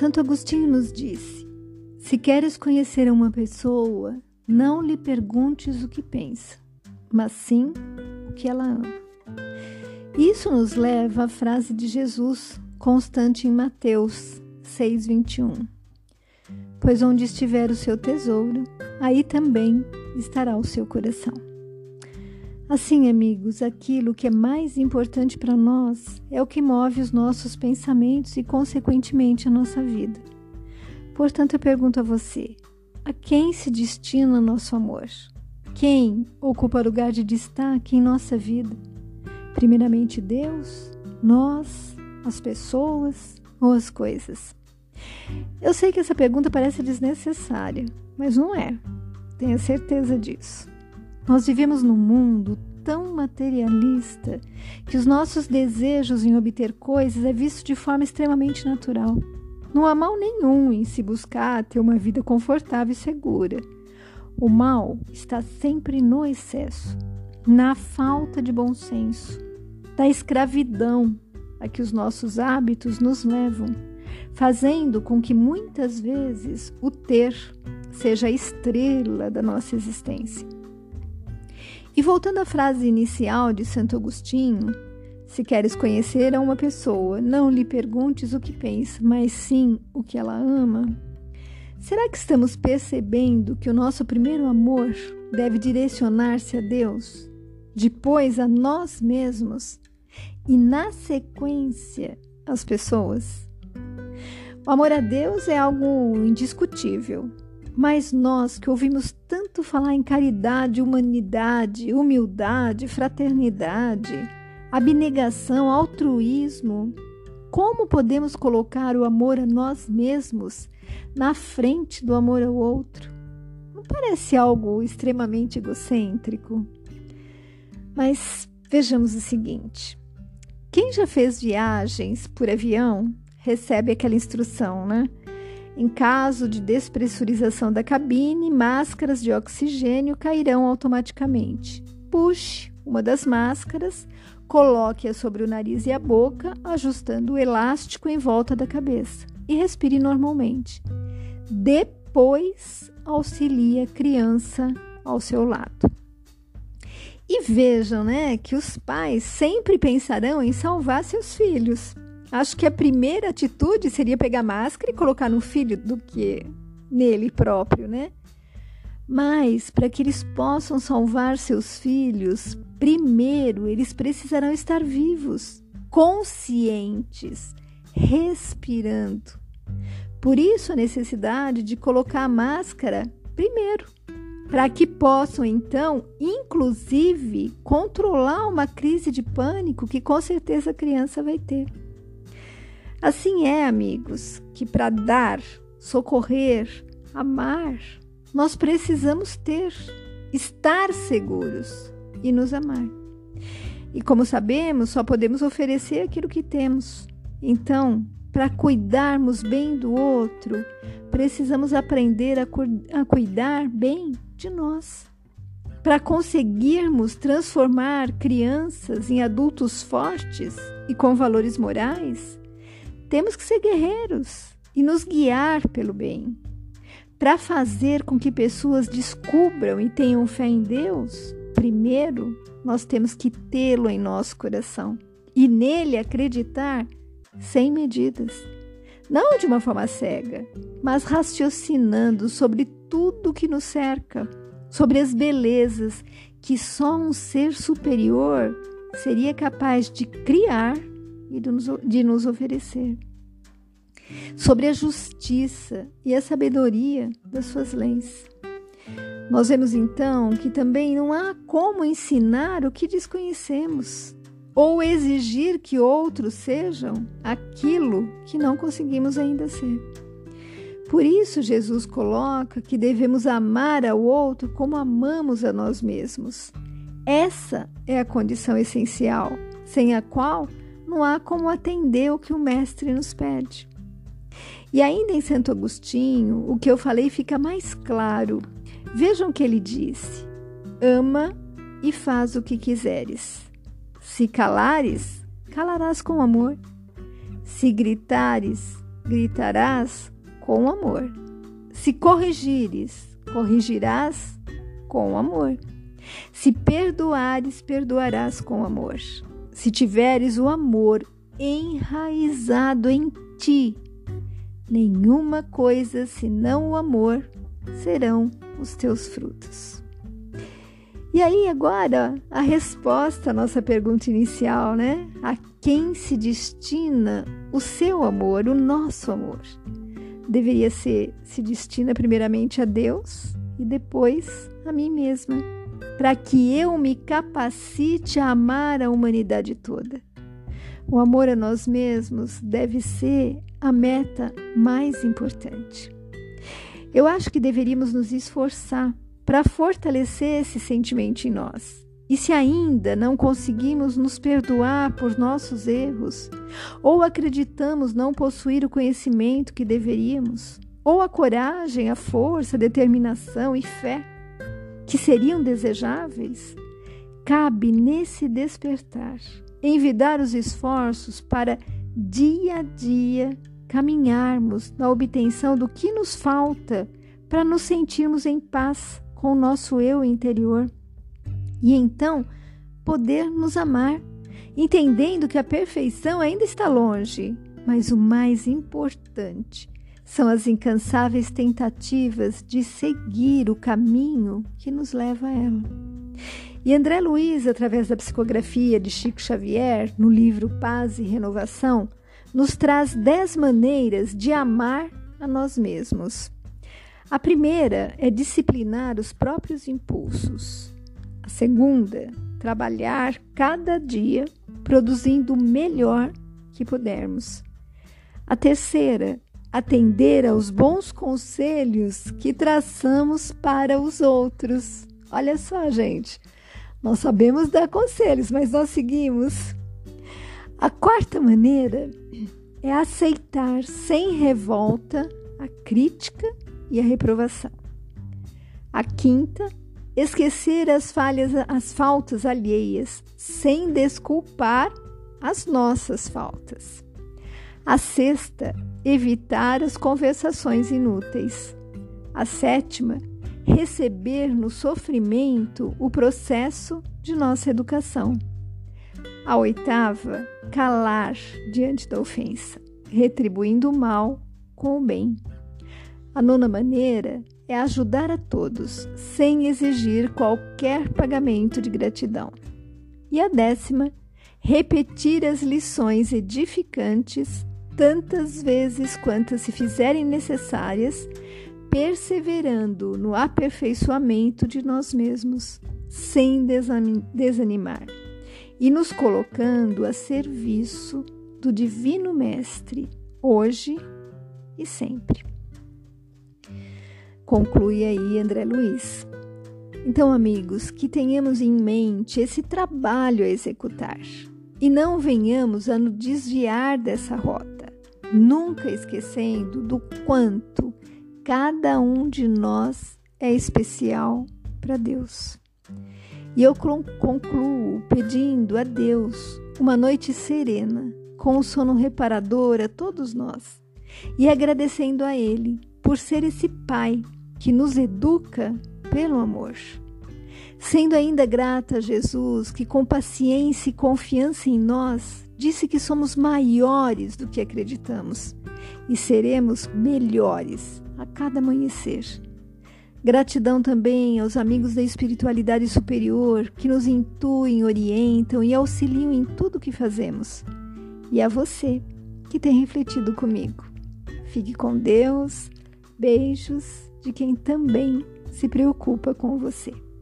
Santo Agostinho nos disse: se queres conhecer uma pessoa, não lhe perguntes o que pensa, mas sim o que ela ama. Isso nos leva à frase de Jesus, constante em Mateus 6,21. Pois onde estiver o seu tesouro, aí também estará o seu coração. Assim, amigos, aquilo que é mais importante para nós é o que move os nossos pensamentos e, consequentemente, a nossa vida. Portanto, eu pergunto a você: a quem se destina nosso amor? Quem ocupa lugar de destaque em nossa vida? Primeiramente Deus, nós, as pessoas ou as coisas? Eu sei que essa pergunta parece desnecessária, mas não é. Tenha certeza disso. Nós vivemos num mundo tão materialista que os nossos desejos em obter coisas é visto de forma extremamente natural. Não há mal nenhum em se buscar ter uma vida confortável e segura. O mal está sempre no excesso, na falta de bom senso, da escravidão a que os nossos hábitos nos levam, fazendo com que muitas vezes o ter seja a estrela da nossa existência. E voltando à frase inicial de Santo Agostinho, se queres conhecer a uma pessoa, não lhe perguntes o que pensa, mas sim o que ela ama. Será que estamos percebendo que o nosso primeiro amor deve direcionar-se a Deus, depois a nós mesmos e, na sequência, às pessoas? O amor a Deus é algo indiscutível. Mas nós que ouvimos tanto falar em caridade, humanidade, humildade, fraternidade, abnegação, altruísmo, como podemos colocar o amor a nós mesmos na frente do amor ao outro? Não parece algo extremamente egocêntrico? Mas vejamos o seguinte: quem já fez viagens por avião recebe aquela instrução, né? Em caso de despressurização da cabine, máscaras de oxigênio cairão automaticamente. Puxe uma das máscaras, coloque-a sobre o nariz e a boca, ajustando o elástico em volta da cabeça e respire normalmente. Depois, auxilie a criança ao seu lado. E vejam, né, que os pais sempre pensarão em salvar seus filhos. Acho que a primeira atitude seria pegar a máscara e colocar no filho do que nele próprio, né? Mas, para que eles possam salvar seus filhos, primeiro eles precisarão estar vivos, conscientes, respirando. Por isso a necessidade de colocar a máscara primeiro, para que possam, então, inclusive, controlar uma crise de pânico que com certeza a criança vai ter. Assim é, amigos, que para dar, socorrer, amar, nós precisamos estar seguros e nos amar. E como sabemos, só podemos oferecer aquilo que temos. Então, para cuidarmos bem do outro, precisamos aprender a cuidar bem de nós. Para conseguirmos transformar crianças em adultos fortes e com valores morais, temos que ser guerreiros e nos guiar pelo bem. Para fazer com que pessoas descubram e tenham fé em Deus, primeiro nós temos que tê-lo em nosso coração e nele acreditar sem medidas. Não de uma forma cega, mas raciocinando sobre tudo que nos cerca, sobre as belezas que só um ser superior seria capaz de criar e de nos oferecer, sobre a justiça e a sabedoria das suas leis. Nós vemos então que também não há como ensinar o que desconhecemos ou exigir que outros sejam aquilo que não conseguimos ainda ser. Por isso Jesus coloca que devemos amar ao outro como amamos a nós mesmos. Essa é a condição essencial, sem a qual não há como atender o que o Mestre nos pede. E ainda em Santo Agostinho, o que eu falei fica mais claro. Vejam o que ele disse: ama e faz o que quiseres. Se calares, calarás com amor. Se gritares, gritarás com amor. Se corrigires, corrigirás com amor. Se perdoares, perdoarás com amor. Se tiveres o amor enraizado em ti, nenhuma coisa senão o amor serão os teus frutos. E aí agora a resposta à nossa pergunta inicial, né? A quem se destina o seu amor, o nosso amor? Deveria se destina primeiramente a Deus e depois a mim mesma, para que eu me capacite a amar a humanidade toda. O amor a nós mesmos deve ser a meta mais importante. Eu acho que deveríamos nos esforçar para fortalecer esse sentimento em nós. E se ainda não conseguimos nos perdoar por nossos erros, ou acreditamos não possuir o conhecimento que deveríamos, ou a coragem, a força, a determinação e fé que seriam desejáveis, cabe nesse despertar envidar os esforços para dia a dia caminharmos na obtenção do que nos falta para nos sentirmos em paz com o nosso eu interior e então poder nos amar, entendendo que a perfeição ainda está longe, mas o mais importante são as incansáveis tentativas de seguir o caminho que nos leva a ela. E André Luiz, através da psicografia de Chico Xavier, no livro Paz e Renovação, nos traz 10 maneiras de amar a nós mesmos. A primeira é disciplinar os próprios impulsos. A segunda, trabalhar cada dia produzindo o melhor que pudermos. A terceira, atender aos bons conselhos que traçamos para os outros. Olha só, gente, nós sabemos dar conselhos, mas nós seguimos. A quarta maneira é aceitar sem revolta a crítica e a reprovação. A quinta, esquecer as faltas alheias, sem desculpar as nossas faltas. A sexta, evitar as conversações inúteis. A sétima, receber no sofrimento o processo de nossa educação. A oitava, calar diante da ofensa, retribuindo o mal com o bem. A nona maneira é ajudar a todos, sem exigir qualquer pagamento de gratidão. E a 10ª, repetir as lições edificantes tantas vezes quantas se fizerem necessárias, perseverando no aperfeiçoamento de nós mesmos, sem desanimar, e nos colocando a serviço do Divino Mestre, hoje e sempre. Conclui aí André Luiz. Então, amigos, que tenhamos em mente esse trabalho a executar e não venhamos a nos desviar dessa rota, nunca esquecendo do quanto cada um de nós é especial para Deus. E eu concluo pedindo a Deus uma noite serena, com um sono reparador a todos nós, e agradecendo a Ele por ser esse Pai que nos educa pelo amor. Sendo ainda grata a Jesus, que com paciência e confiança em nós, disse que somos maiores do que acreditamos e seremos melhores a cada amanhecer. Gratidão também aos amigos da espiritualidade superior que nos intuem, orientam e auxiliam em tudo o que fazemos. E a você que tem refletido comigo. Fique com Deus. Beijos de quem também se preocupa com você.